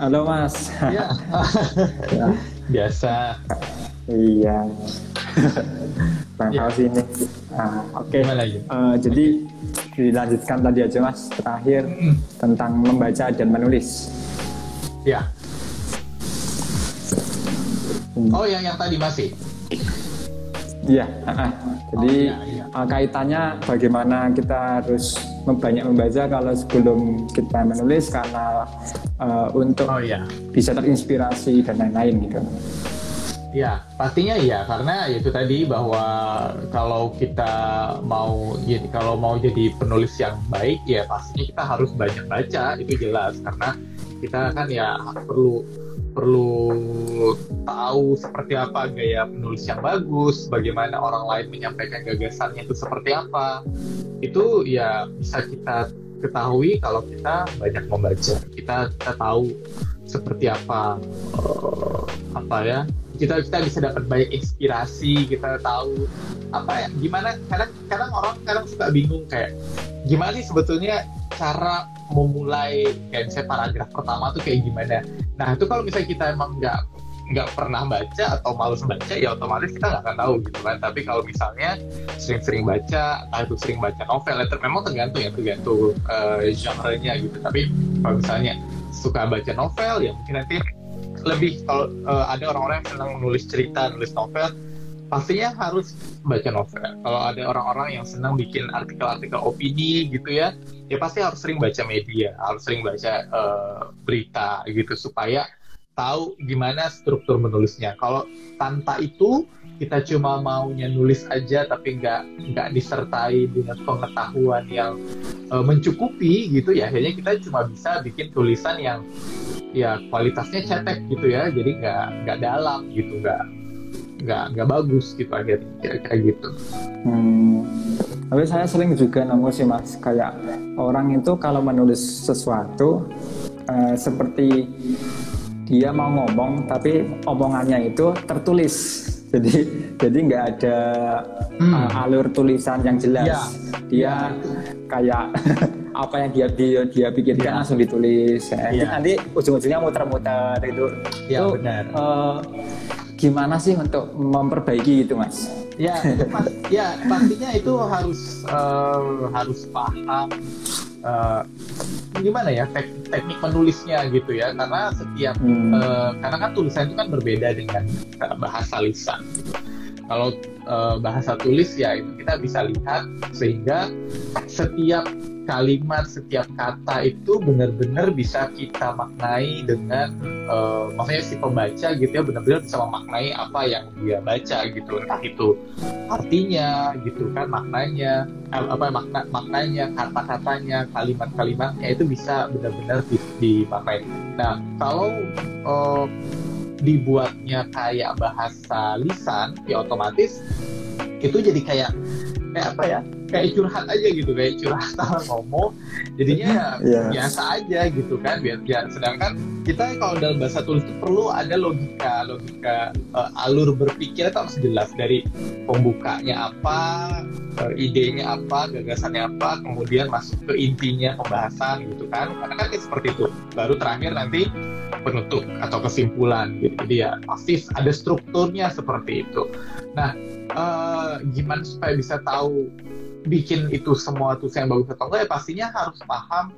Halo Mas. Ya, biasa. Iya. Bang Ya, Haus ini. Oke. gimana lagi? Jadi dilanjutkan tadi aja Mas, terakhir tentang membaca dan menulis. Ya. Hmm. Oh, yang tadi masih. Iya. Jadi Oh, iya. kaitannya bagaimana kita harus banyak membaca kalau sebelum kita menulis karena untuk Oh iya. bisa terinspirasi dan lain-lain gitu. Ya, pastinya iya karena itu tadi bahwa kalau kita kalau mau jadi penulis yang baik ya pastinya kita harus banyak baca, itu jelas karena kita kan ya perlu perlu tahu seperti apa gaya penulis yang bagus, bagaimana orang lain menyampaikan gagasannya itu seperti apa. Itu ya bisa kita ketahui kalau kita banyak membaca. Kita tahu seperti apa ya, kita bisa dapat banyak inspirasi, kita tahu apa ya, gimana kadang orang suka bingung kayak gimana sih sebetulnya cara memulai kayak misalnya paragraf pertama tuh kayak gimana. Nah itu kalau misalnya kita emang nggak pernah baca atau malas baca ya otomatis kita nggak akan tahu gitu kan. Tapi kalau misalnya sering-sering baca, entah itu sering baca novel, memang tergantung genre-nya gitu. Tapi kalau misalnya suka baca novel ya mungkin nanti lebih kalau ada orang-orang yang senang menulis cerita, nulis novel, pastinya harus baca novel. Kalau ada orang-orang yang senang bikin artikel-artikel opini gitu ya pasti harus sering baca media, harus sering baca berita gitu supaya tahu gimana struktur menulisnya. Kalau tanpa itu kita cuma maunya nulis aja tapi nggak disertai dengan pengetahuan yang mencukupi gitu ya, akhirnya kita cuma bisa bikin tulisan yang ya kualitasnya cetek gitu ya, jadi nggak dalam gitu, nggak bagus gitu akhirnya kayak gitu. Tapi saya sering juga nemu sih Mas, kayak orang itu kalau menulis sesuatu seperti dia mau ngomong tapi omongannya itu tertulis, jadi nggak ada alur tulisan yang jelas. Ya. Dia kayak apa yang dia pikirkan langsung ditulis. Nanti ujung-ujungnya muter-muter itu. Ya, itu benar. Gimana sih untuk memperbaiki itu Mas? Ya, pastinya itu harus paham gimana ya teknik menulisnya gitu ya, karena setiap karena kan tulisan itu kan berbeda dengan bahasa lisan gitu. Kalau bahasa tulis ya itu kita bisa lihat sehingga setiap kalimat, setiap kata itu benar-benar bisa kita maknai dengan maksudnya si pembaca gitu ya benar-benar bisa memaknai apa yang dia baca gitu, entah itu artinya gitu kan, maknanya maknanya, kata-katanya, kalimat-kalimatnya itu bisa benar-benar dimaknai. Nah kalau dibuatnya kayak bahasa lisan ya otomatis itu jadi kayak apa ya, kayak curhat aja gitu, kayak curhat ngomong, jadinya biasa aja gitu kan. Sedangkan kita kalau dalam bahasa tulis itu perlu ada logika alur berpikir itu harus jelas, dari pembukanya apa, idenya apa, gagasannya apa, kemudian masuk ke intinya pembahasan gitu kan, karena kan seperti itu, baru terakhir nanti penutup atau kesimpulan gitu. Jadi ya pasti ada strukturnya seperti itu. Nah gimana supaya bisa tahu bikin itu semua tuh yang bagus atau enggak ya pastinya harus paham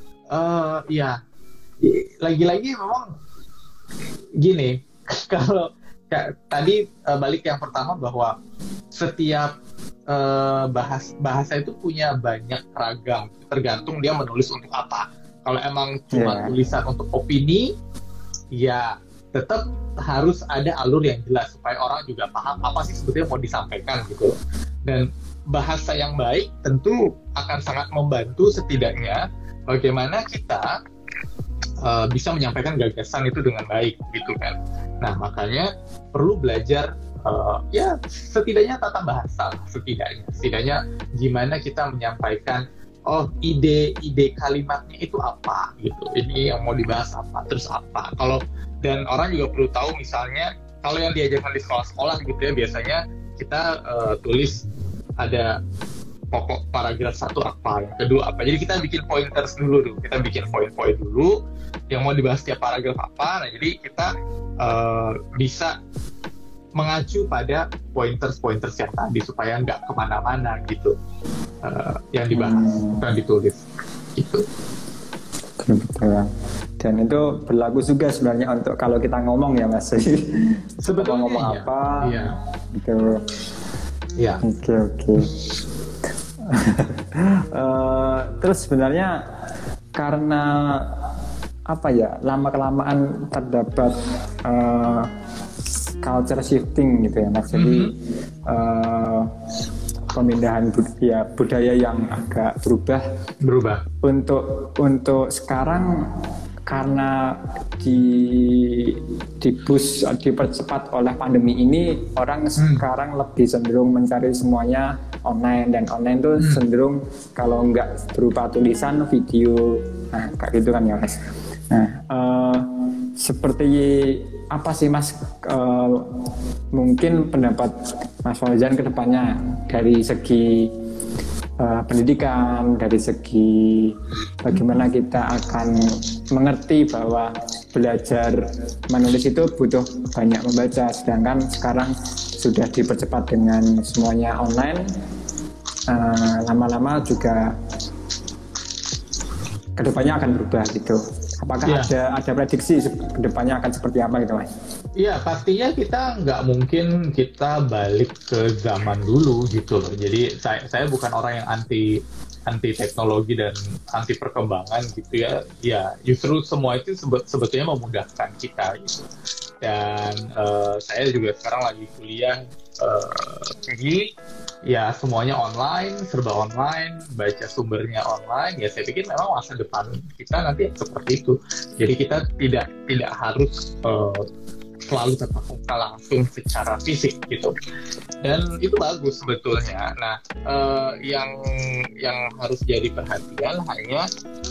lagi-lagi memang gini kalau tadi balik yang pertama bahwa setiap bahasa itu punya banyak ragam, tergantung dia menulis untuk apa. Kalau emang cuma tulisan untuk opini ya tetap harus ada alur yang jelas supaya orang juga paham apa sih sebetulnya mau disampaikan gitu. Dan bahasa yang baik tentu akan sangat membantu setidaknya bagaimana kita bisa menyampaikan gagasan itu dengan baik gitu kan. Nah makanya perlu belajar setidaknya tata bahasa, setidaknya gimana kita menyampaikan ide kalimatnya itu apa gitu, ini yang mau dibahas apa, terus apa. Dan orang juga perlu tahu misalnya kalau yang diajarkan di sekolah-sekolah gitu ya biasanya kita tulis ada pokok paragraf satu apa, yang kedua apa. Jadi kita bikin pointers dulu, kita bikin poin-poin dulu yang mau dibahas tiap paragraf apa. Nah jadi kita bisa mengacu pada pointers yang tadi supaya nggak kemana-mana gitu yang dibahas, bukan ditulis gitu. Betul. Dan itu berlaku juga sebenarnya untuk kalau kita ngomong ya Mas. Sebetulnya ngomong iya. apa Iya. gitu. Iya. Oke. Terus sebenarnya karena apa ya, lama-kelamaan terdapat culture shifting gitu ya Mas. Jadi pemindahan budaya yang agak berubah. Untuk sekarang karena dipercepat oleh pandemi ini, orang sekarang lebih cenderung mencari semuanya online, dan online itu cenderung kalau nggak berupa tulisan, video, nah kayak gitu kan ya Mas. Nah seperti apa sih Mas mungkin pendapat Mas Fauzan ke depannya dari segi pendidikan, dari segi bagaimana kita akan mengerti bahwa belajar menulis itu butuh banyak membaca, sedangkan sekarang sudah dipercepat dengan semuanya online, lama-lama juga kedepannya akan berubah gitu. Apakah ada prediksi kedepannya akan seperti apa gitu Mas? Iya, pastinya kita nggak mungkin kita balik ke zaman dulu gitu loh. Jadi saya bukan orang yang anti teknologi dan anti perkembangan gitu ya. Ya justru semua itu sebetulnya memudahkan kita gitu. Dan saya juga sekarang lagi kuliah tinggi, ya semuanya online, serba online, baca sumbernya online. Ya saya pikir memang masa depan kita nanti seperti itu. Jadi kita tidak harus selalu tatap muka langsung secara fisik gitu, dan itu bagus sebetulnya. Nah yang harus jadi perhatian hanya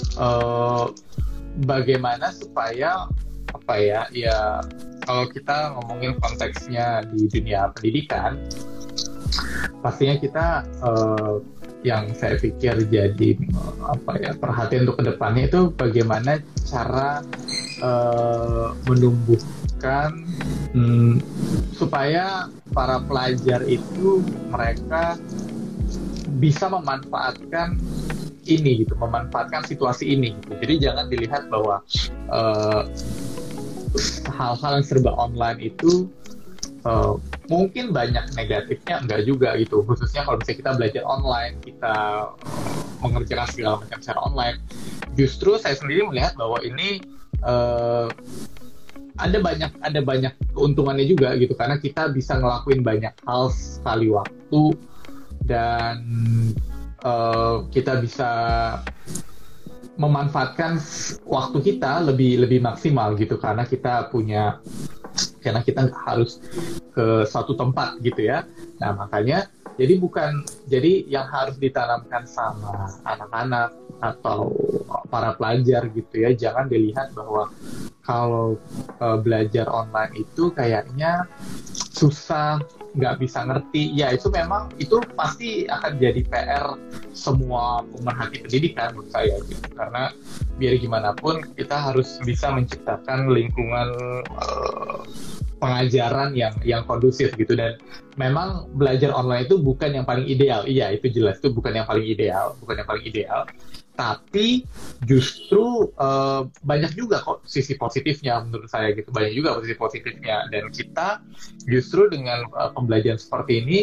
bagaimana supaya apa ya kalau kita ngomongin konteksnya di dunia pendidikan, pastinya kita yang saya pikir jadi perhatian untuk kedepannya itu bagaimana cara menumbuhkan supaya para pelajar itu mereka bisa memanfaatkan ini gitu, memanfaatkan situasi ini gitu. Jadi jangan dilihat bahwa hal-hal yang serba online itu mungkin banyak negatifnya, enggak juga gitu. Khususnya kalau misalnya kita belajar online, kita mengerjakan segala macam secara online. Justru saya sendiri melihat bahwa ini ada banyak keuntungannya juga gitu, karena kita bisa ngelakuin banyak hal sekali waktu, dan kita bisa memanfaatkan waktu kita lebih maksimal gitu, karena kita nggak harus ke suatu tempat gitu ya. Nah makanya jadi yang harus ditanamkan sama anak-anak atau para pelajar gitu ya, jangan dilihat bahwa kalau belajar online itu kayaknya susah, nggak bisa ngerti. Ya itu memang itu pasti akan jadi PR semua pemerhati pendidikan menurut saya gitu. Karena biar gimana pun kita harus bisa menciptakan lingkungan pengajaran yang kondusif gitu. Dan memang belajar online itu bukan yang paling ideal. Iya itu jelas, itu bukan yang paling ideal. Tapi justru banyak juga kok sisi positifnya menurut saya gitu. Banyak juga sisi positifnya, dan kita justru dengan pembelajaran seperti ini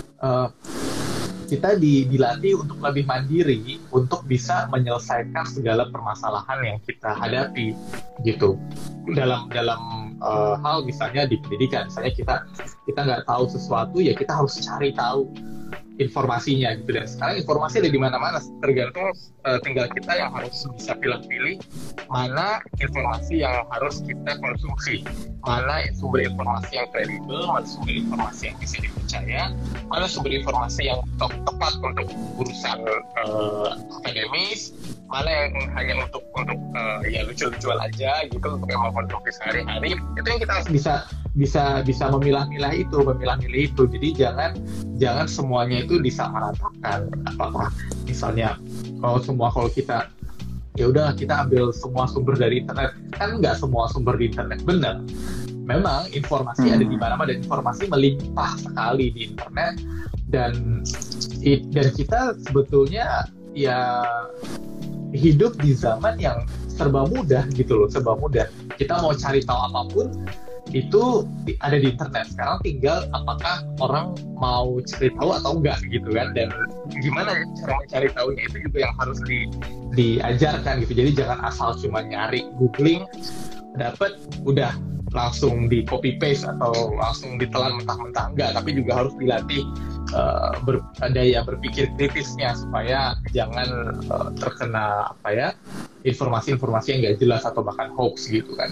kita dilatih untuk lebih mandiri, untuk bisa menyelesaikan segala permasalahan yang kita hadapi gitu. Dalam hal misalnya di pendidikan, misalnya kita nggak tahu sesuatu, ya kita harus cari tahu informasinya gitu. Dan sekarang informasi ada di mana-mana, tergantung tinggal kita yang harus bisa pilih-pilih mana informasi yang harus kita konsumsi, mana sumber informasi yang kredibel, mana sumber informasi yang bisa dipercaya, mana sumber informasi yang tepat untuk urusan akademis, mana yang hanya untuk untuk ya lucu-lucuan aja gitu, untuk yang mengkonsumsi sehari-hari, itu yang kita harus bisa memilah-milah itu. Jadi jangan semuanya itu disamaratakan. Apakah misalnya kalau kita ya udah kita ambil semua sumber dari internet, kan nggak semua sumber di internet benar. Memang informasi ada di mana-mana dan informasi melimpah sekali di internet, dan kita sebetulnya ya hidup di zaman yang serba mudah gitu loh, serba mudah. Kita mau cari tahu apapun itu ada di internet. Sekarang tinggal apakah orang mau cari tahu atau enggak gitu kan, dan gimana cara mencari tahunya itu juga yang harus diajarkan gitu. Jadi jangan asal cuma nyari, googling, dapat udah langsung di copy paste atau langsung ditelan mentah-mentah, enggak, tapi juga harus dilatih daya berpikir kritisnya supaya jangan terkena informasi-informasi yang nggak jelas atau bahkan hoax gitu kan.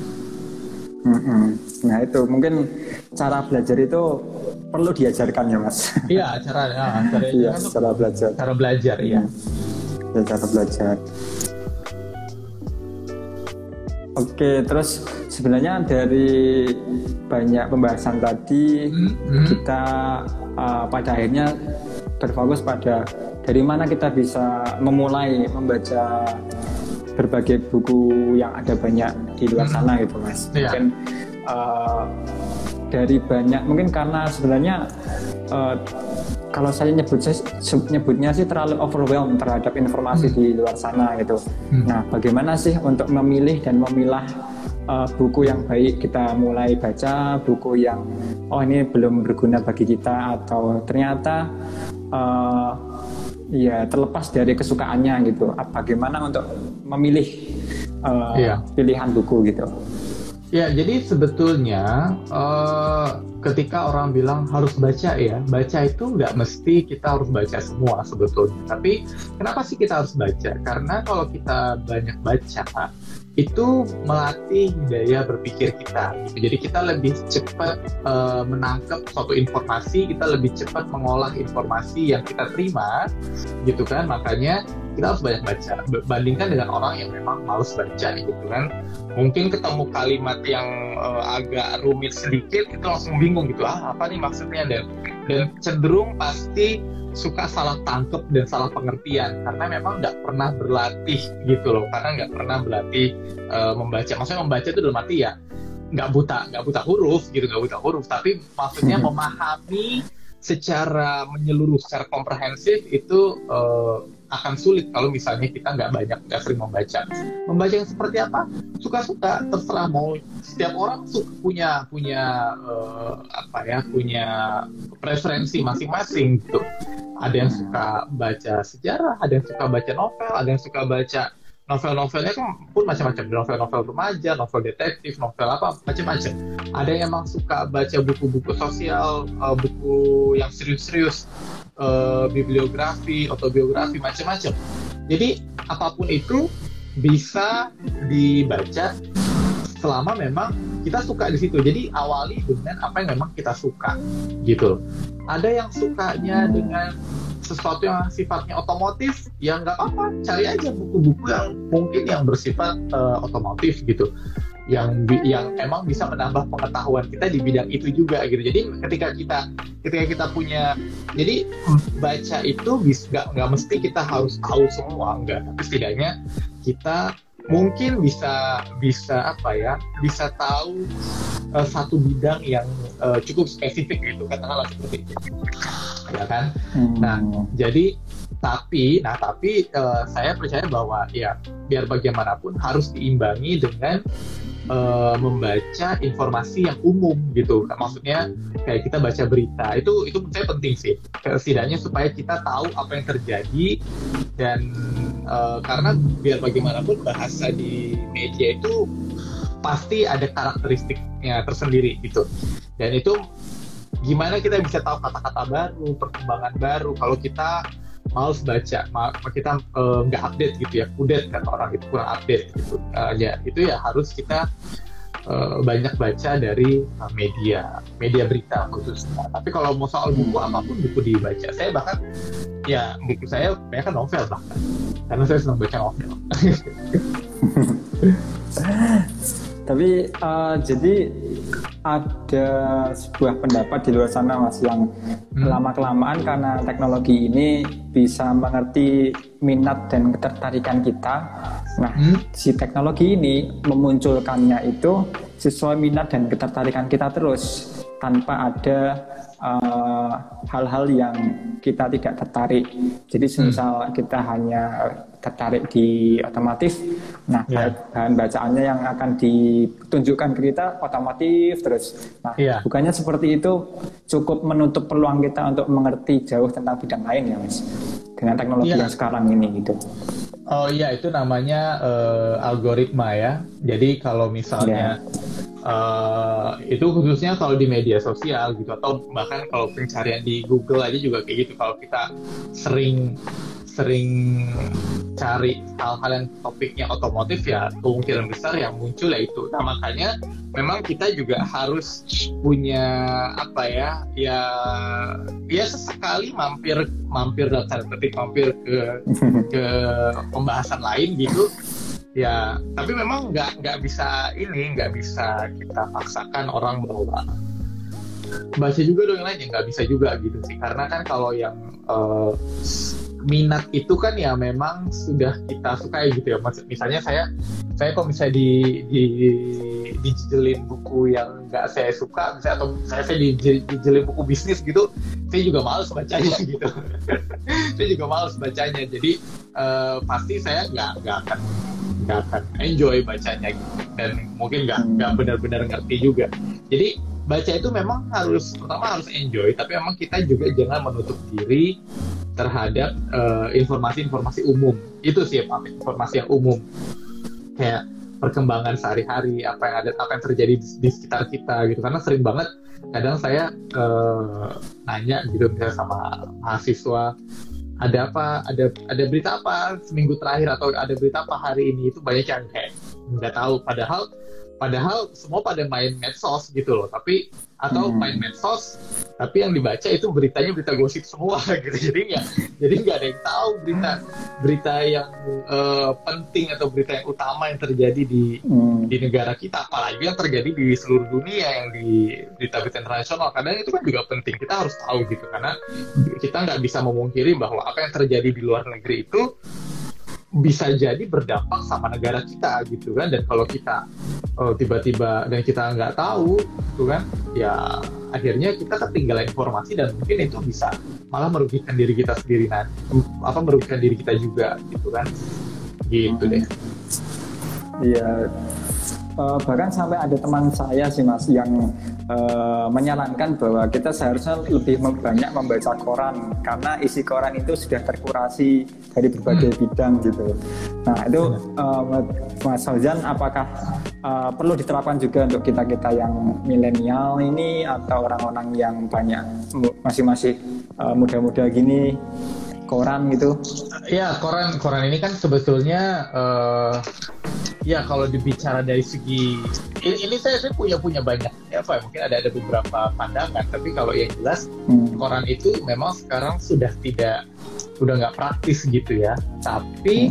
Nah itu mungkin cara belajar itu perlu diajarkan ya Mas. Iya, cara belajar. Cara belajar ya. Ya, cara belajar. Oke, terus sebenarnya dari banyak pembahasan tadi kita pada akhirnya berfokus pada dari mana kita bisa memulai membaca berbagai buku yang ada banyak di luar sana gitu Mas. Mungkin dari banyak, mungkin karena sebenarnya kalau saya nyebutnya sih terlalu overwhelmed terhadap informasi di luar sana gitu. Nah, bagaimana sih untuk memilih dan memilah buku yang baik kita mulai baca, buku yang ini belum berguna bagi kita atau ternyata ya terlepas dari kesukaannya gitu. Bagaimana untuk memilih pilihan buku gitu? Ya, jadi sebetulnya ketika orang bilang harus baca itu nggak mesti kita harus baca semua sebetulnya. Tapi kenapa sih kita harus baca? Karena kalau kita banyak baca, itu melatih daya berpikir kita. Jadi kita lebih cepat menangkap suatu informasi, kita lebih cepat mengolah informasi yang kita terima, gitu kan. Makanya kita harus banyak baca. Bandingkan dengan orang yang memang malas baca, gitu kan. Mungkin ketemu kalimat yang agak rumit sedikit, itu langsung bingung gitu. Apa nih maksudnya? Dan cenderung pasti suka salah tangkep dan salah pengertian karena memang nggak pernah berlatih gitu loh, karena nggak pernah berlatih membaca. Maksudnya membaca itu dalam arti ya nggak buta huruf gitu, nggak buta huruf, tapi maksudnya memahami secara menyeluruh, secara komprehensif itu akan sulit kalau misalnya kita nggak sering membaca. Membaca yang seperti apa? Suka-suka, terserah. Mau setiap orang punya preferensi masing-masing gitu. Ada yang suka baca sejarah, ada yang suka baca novel, ada yang suka baca novel-novelnya kan pun macam-macam, novel-novel remaja, novel detektif, novel apa macam-macam. Ada yang emang suka baca buku-buku sosial, buku yang serius-serius, bibliografi, autobiografi, macam-macam. Jadi apapun itu bisa dibaca selama memang kita suka di situ. Jadi awali dengan apa yang memang kita suka gitu. Ada yang sukanya dengan sesuatu yang sifatnya otomotif, ya nggak apa-apa, cari aja buku-buku yang mungkin yang bersifat otomotif gitu, yang emang bisa menambah pengetahuan kita di bidang itu juga gitu. Jadi ketika kita punya, jadi baca itu nggak mesti kita harus tahu semua, enggak, tapi setidaknya kita mungkin bisa tahu satu bidang yang cukup spesifik gitu, katakanlah seperti itu, ya kan? Nah, jadi tapi saya percaya bahwa ya biar bagaimanapun harus diimbangi dengan membaca informasi yang umum gitu. Maksudnya kayak kita baca berita itu menurut saya penting sih, setidaknya supaya kita tahu apa yang terjadi. Dan karena biar bagaimanapun bahasa di media itu pasti ada karakteristiknya tersendiri gitu, dan itu gimana kita bisa tahu kata-kata baru, perkembangan baru. Kalau kita males baca, kita nggak update gitu ya, kudet kan orang itu, kurang update gitu. Ya itu ya harus kita banyak baca dari media berita khususnya. Tapi kalau mau soal buku, apapun buku dibaca. Saya bahkan ya buku saya banyak kan novel bahkan. karena saya senang baca novel. Tapi jadi ada sebuah pendapat di luar sana Mas yang lama-kelamaan karena teknologi ini bisa mengerti minat dan ketertarikan kita. Nah, si teknologi ini memunculkannya itu sesuai minat dan ketertarikan kita terus tanpa ada hal-hal yang kita tidak tertarik. Jadi misal kita hanya tertarik di otomotif, nah bahan bacaannya yang akan ditunjukkan ke kita otomotif terus. Nah, bukannya seperti itu cukup menutup peluang kita untuk mengerti jauh tentang bidang lain ya Mas, dengan teknologi yang sekarang ini gitu. Oh iya, itu namanya algoritma ya. Jadi kalau misalnya itu khususnya kalau di media sosial gitu, atau bahkan kalau pencarian di Google aja juga kayak gitu. Kalau kita sering cari hal-hal yang topiknya otomotif, ya kemungkinan besar yang muncul ya itu. Nah makanya memang kita juga harus punya apa ya sesekali mampir dalam tanda petik mampir ke pembahasan lain gitu. Ya, tapi memang nggak bisa kita paksakan orang bahwa baca juga dong yang lain, ya nggak bisa juga gitu sih. Karena kan kalau yang minat itu kan ya memang sudah kita sukai gitu ya. Misalnya saya kalau misalnya dijelin buku yang nggak saya suka, misalnya, atau saya dijelin buku bisnis gitu, saya juga males bacanya gitu. Saya juga males bacanya. Jadi pasti saya nggak akan enjoy bacanya gitu. Dan mungkin nggak benar-benar ngerti juga. Jadi baca itu memang pertama harus enjoy, tapi memang kita juga jangan menutup diri terhadap informasi-informasi umum. Itu sih informasi yang umum, kayak perkembangan sehari-hari, apa yang terjadi di sekitar kita gitu. Karena sering banget kadang saya nanya gitu misalnya sama mahasiswa, ada berita apa seminggu terakhir, atau ada berita apa hari ini, itu banyak yang kayak nggak tahu, padahal semua pada main medsos gitu loh, atau main medsos tapi yang dibaca itu berita gosip semua gitu. Jadi nggak ada yang tahu berita yang penting atau berita yang utama yang terjadi di negara kita, apalagi yang terjadi di seluruh dunia, yang di berita-berita internasional. Kadang itu kan juga penting, kita harus tahu gitu, karena kita nggak bisa memungkiri bahwa apa yang terjadi di luar negeri itu bisa jadi berdampak sama negara kita gitu kan. Dan kalau kita tiba-tiba dan kita nggak tahu gitu kan, ya akhirnya kita ketinggalan informasi, dan mungkin itu bisa malah merugikan diri kita sendiri, merugikan diri kita juga gitu kan, gitu deh. Iya, bahkan sampai ada teman saya sih Mas yang menyarankan bahwa kita seharusnya lebih banyak membaca koran, karena isi koran itu sudah terkurasi dari berbagai bidang gitu. Nah itu Mas Fauzan, apakah perlu diterapkan juga untuk kita yang milenial ini, atau orang-orang yang masih muda-muda gini, koran gitu? Ya, koran ini kan sebetulnya ya kalau dibicara dari segi ini saya punya banyak mungkin ada beberapa pandangan, tapi kalau yang jelas koran itu memang sekarang sudah nggak praktis gitu ya. Tapi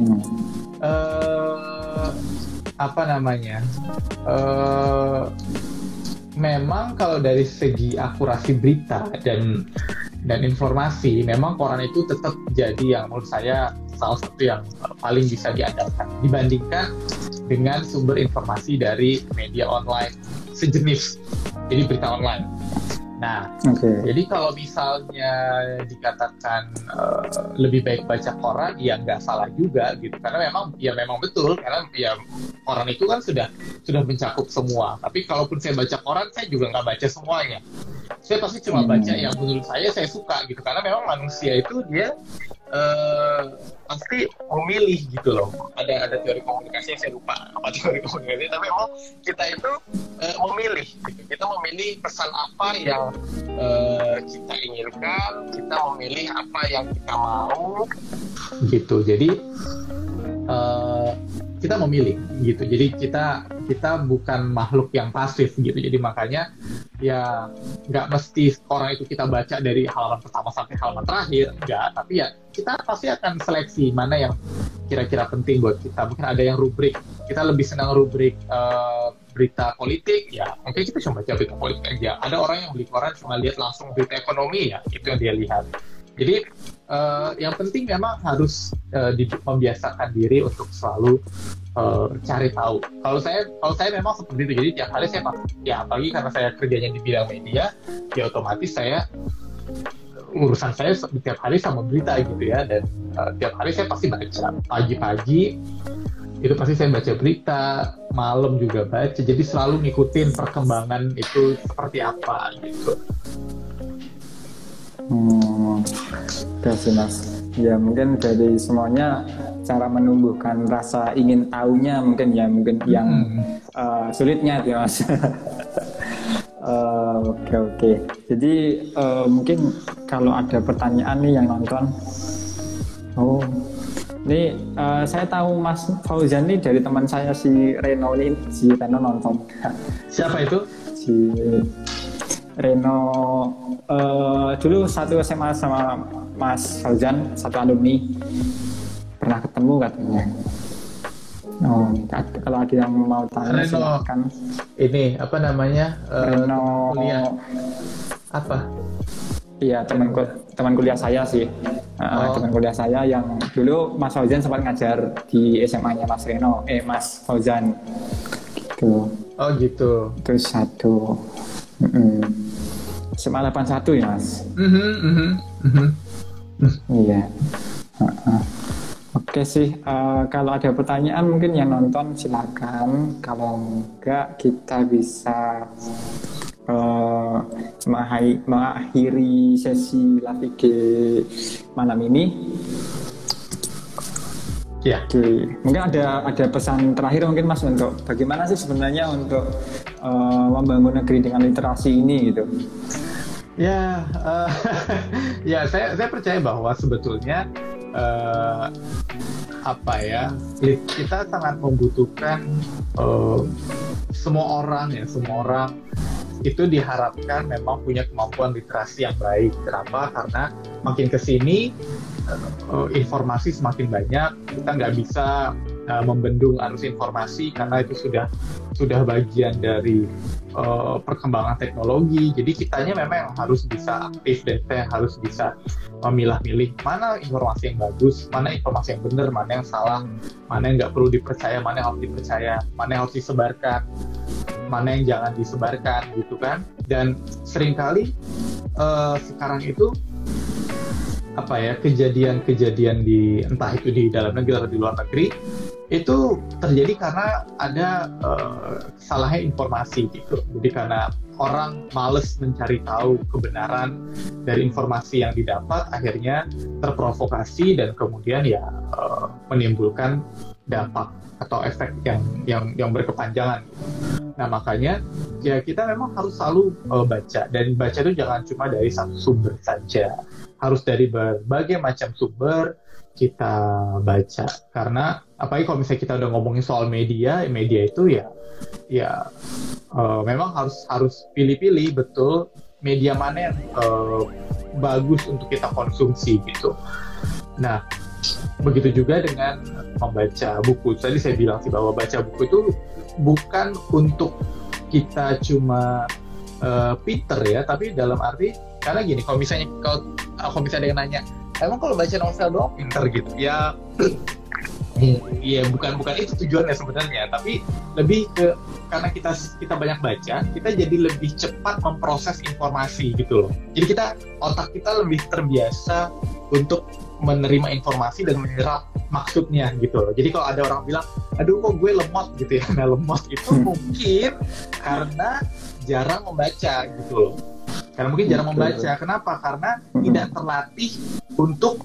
memang kalau dari segi akurasi berita dan informasi, memang koran itu tetap jadi yang menurut saya salah satu yang paling bisa diandalkan dibandingkan dengan sumber informasi dari media online sejenis, jadi berita online. Nah, jadi kalau misalnya dikatakan lebih baik baca koran, ya nggak salah juga gitu, karena memang betul, karena ya koran itu kan sudah mencakup semua. Tapi kalaupun saya baca koran, saya juga nggak baca semuanya. Saya pasti cuma baca yang menurut saya suka gitu, karena memang manusia itu dia pasti memilih gitu loh. Ada teori komunikasi yang saya lupa apa teori komunikasi, tapi memang kita itu memilih gitu. Kita memilih pesan apa yang kita inginkan, kita memilih apa yang kita mau gitu. Jadi kita memilih gitu. Jadi kita bukan makhluk yang pasif gitu. Jadi makanya ya nggak mesti koran itu kita baca dari halaman pertama sampai halaman terakhir, enggak. Tapi ya kita pasti akan seleksi mana yang kira-kira penting buat kita. Mungkin ada yang rubrik, kita lebih senang rubrik berita politik, ya mungkin kita cuma baca berita politik aja. Ada orang yang beli koran cuma lihat langsung berita ekonomi, ya itu yang dia lihat. Jadi yang penting memang harus membiasakan diri untuk selalu cari tahu. Kalau saya memang seperti itu. Jadi tiap hari saya ya apalagi karena saya kerjanya di bidang media, ya otomatis saya urusan saya setiap hari sama berita gitu ya. Dan tiap hari saya pasti baca. Pagi-pagi itu pasti saya baca berita, malam juga baca. Jadi selalu ngikutin perkembangan itu seperti apa gitu. Kasih Mas. Ya mungkin dari semuanya cara menumbuhkan rasa ingin tahunya mungkin yang sulitnya tuh Mas. Oke. Jadi mungkin kalau ada pertanyaan nih yang nonton. Ini saya tahu Mas Fauzan nih dari teman saya si Reno ini, si Reno nonton. Siapa itu? Si Reno dulu satu SMA sama Mas Fauzan, satu alumni, pernah ketemu katanya. Kalau ada yang mau tanya Reno, silakan. Ini apa namanya? Reno kuliah apa? Iya, teman kuliah saya sih. Teman kuliah saya yang dulu Mas Fauzan sempat ngajar di SMA-nya Mas Reno, Mas Fauzan. Gitu. Oh gitu. Terus satu. SMA 81 ya Mas. Iya. Oke sih. Kalau ada pertanyaan mungkin yang nonton silakan. Kalau enggak kita bisa mengakhiri sesi live IG malam ini. Ya. Oke. Mungkin ada pesan terakhir mungkin Mas untuk bagaimana sih sebenarnya untuk membangun negeri dengan literasi ini gitu. Ya, ya saya percaya bahwa sebetulnya kita sangat membutuhkan semua orang itu diharapkan memang punya kemampuan literasi yang baik. Kenapa? Karena makin kesini informasi semakin banyak, kita nggak bisa membendung arus informasi karena itu sudah bagian dari perkembangan teknologi. Jadi kitanya memang harus bisa aktif dan saya harus bisa memilah-milih mana informasi yang bagus, mana informasi yang benar, mana yang salah, mana yang nggak perlu dipercaya, mana yang harus dipercaya, mana yang harus disebarkan, mana yang jangan disebarkan gitu kan. Dan seringkali sekarang itu kejadian di entah itu di dalam negeri atau di luar negeri itu terjadi karena ada salahnya informasi gitu. Jadi karena orang males mencari tahu kebenaran dari informasi yang didapat, akhirnya terprovokasi dan kemudian menimbulkan dampak atau efek yang berkepanjangan. Nah makanya ya kita memang harus selalu baca, dan baca itu jangan cuma dari satu sumber saja, harus dari berbagai macam sumber kita baca. Karena apalagi kalau misalnya kita udah ngomongin soal media itu memang harus pilih-pilih betul media mana yang bagus untuk kita konsumsi gitu. Nah begitu juga dengan membaca buku. Tadi saya bilang sih bahwa baca buku itu bukan untuk kita cuma pinter ya, tapi dalam arti karena gini, kalau misalnya ada yang nanya, emang kalau baca novel doang pinter gitu ya? Iya, bukan itu tujuannya sebenarnya, tapi lebih ke karena kita banyak baca, kita jadi lebih cepat memproses informasi gitu loh. Jadi otak kita lebih terbiasa untuk menerima informasi dan menyerap maksudnya gitu loh. Jadi kalau ada orang bilang, aduh kok gue lemot gitu ya, nah lemot itu mungkin karena jarang membaca gitu loh. Karena mungkin jarang membaca. Kenapa? Karena tidak terlatih untuk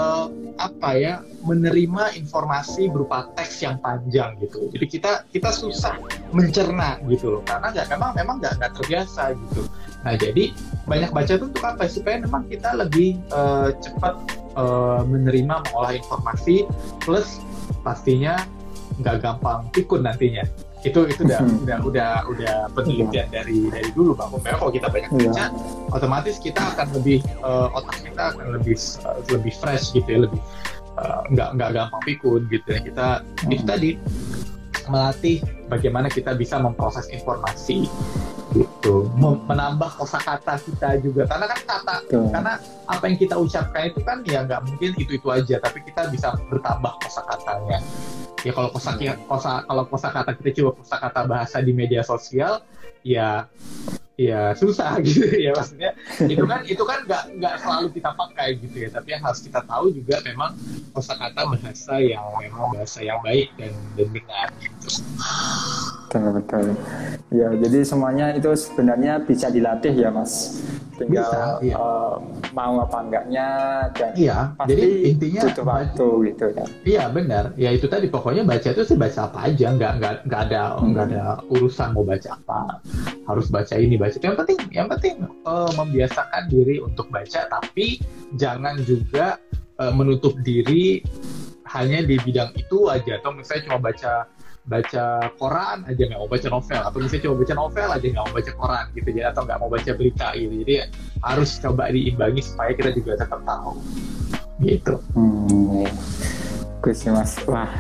menerima informasi berupa teks yang panjang gitu. Jadi kita susah mencerna gitu loh. Karena memang nggak terbiasa gitu. Nah jadi banyak baca itu untuk apa? Supaya memang kita lebih cepat menerima, mengolah informasi, plus pastinya nggak gampang pikun nantinya. Itu udah penelitian dari dulu bahwa memang kalau kita banyak baca, otomatis kita akan lebih otak kita akan lebih fresh gitu ya, lebih nggak gampang pikun gitu ya. Kita itu tadi melatih bagaimana kita bisa memproses informasi gitu, menambah kosakata kita juga, karena kan karena apa yang kita ucapkan itu kan ya nggak mungkin itu aja, tapi kita bisa bertambah kosakatanya. Ya kalau kosakata kita coba kosakata bahasa di media sosial, ya susah gitu ya, maksudnya itu kan nggak selalu kita pakai gitu ya, tapi yang harus kita tahu juga memang kosakata bahasa yang memang bahasa yang baik dan benar gitu. Betul. Ya, jadi semuanya itu sebenarnya bisa dilatih ya, Mas. Tinggal Bisa, iya. Mau apa enggaknya, dan pasti jadi intinya butuh waktu gitu ya. Iya benar. Ya itu tadi, pokoknya baca itu sih baca apa aja, nggak ada urusan mau baca apa. Harus baca ini, baca itu. Yang penting membiasakan diri untuk baca, tapi jangan juga menutup diri hanya di bidang itu aja, atau misalnya cuma baca koran aja, nggak mau baca novel, atau misalnya cuma baca novel aja nggak mau baca koran gitu ya, atau nggak mau baca berita gitu. Jadi harus coba diimbangi supaya kita juga tetap tahu gitu. Oke sih, Mas. Wah,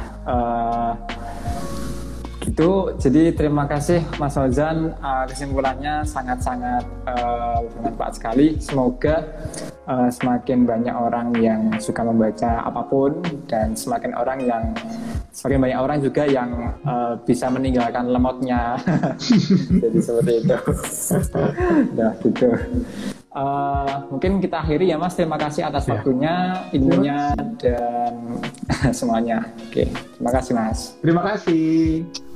gitu. Jadi terima kasih Mas Fauzan, kesimpulannya sangat-sangat bermanfaat sekali. Semoga semakin banyak orang yang suka membaca apapun, dan semakin banyak orang juga yang bisa meninggalkan lemotnya. Jadi seperti itu. Nah, gitu. Mungkin kita akhiri ya, Mas. Terima kasih atas waktunya, ilmunya, dan semuanya. Oke, terima kasih, Mas. Terima kasih.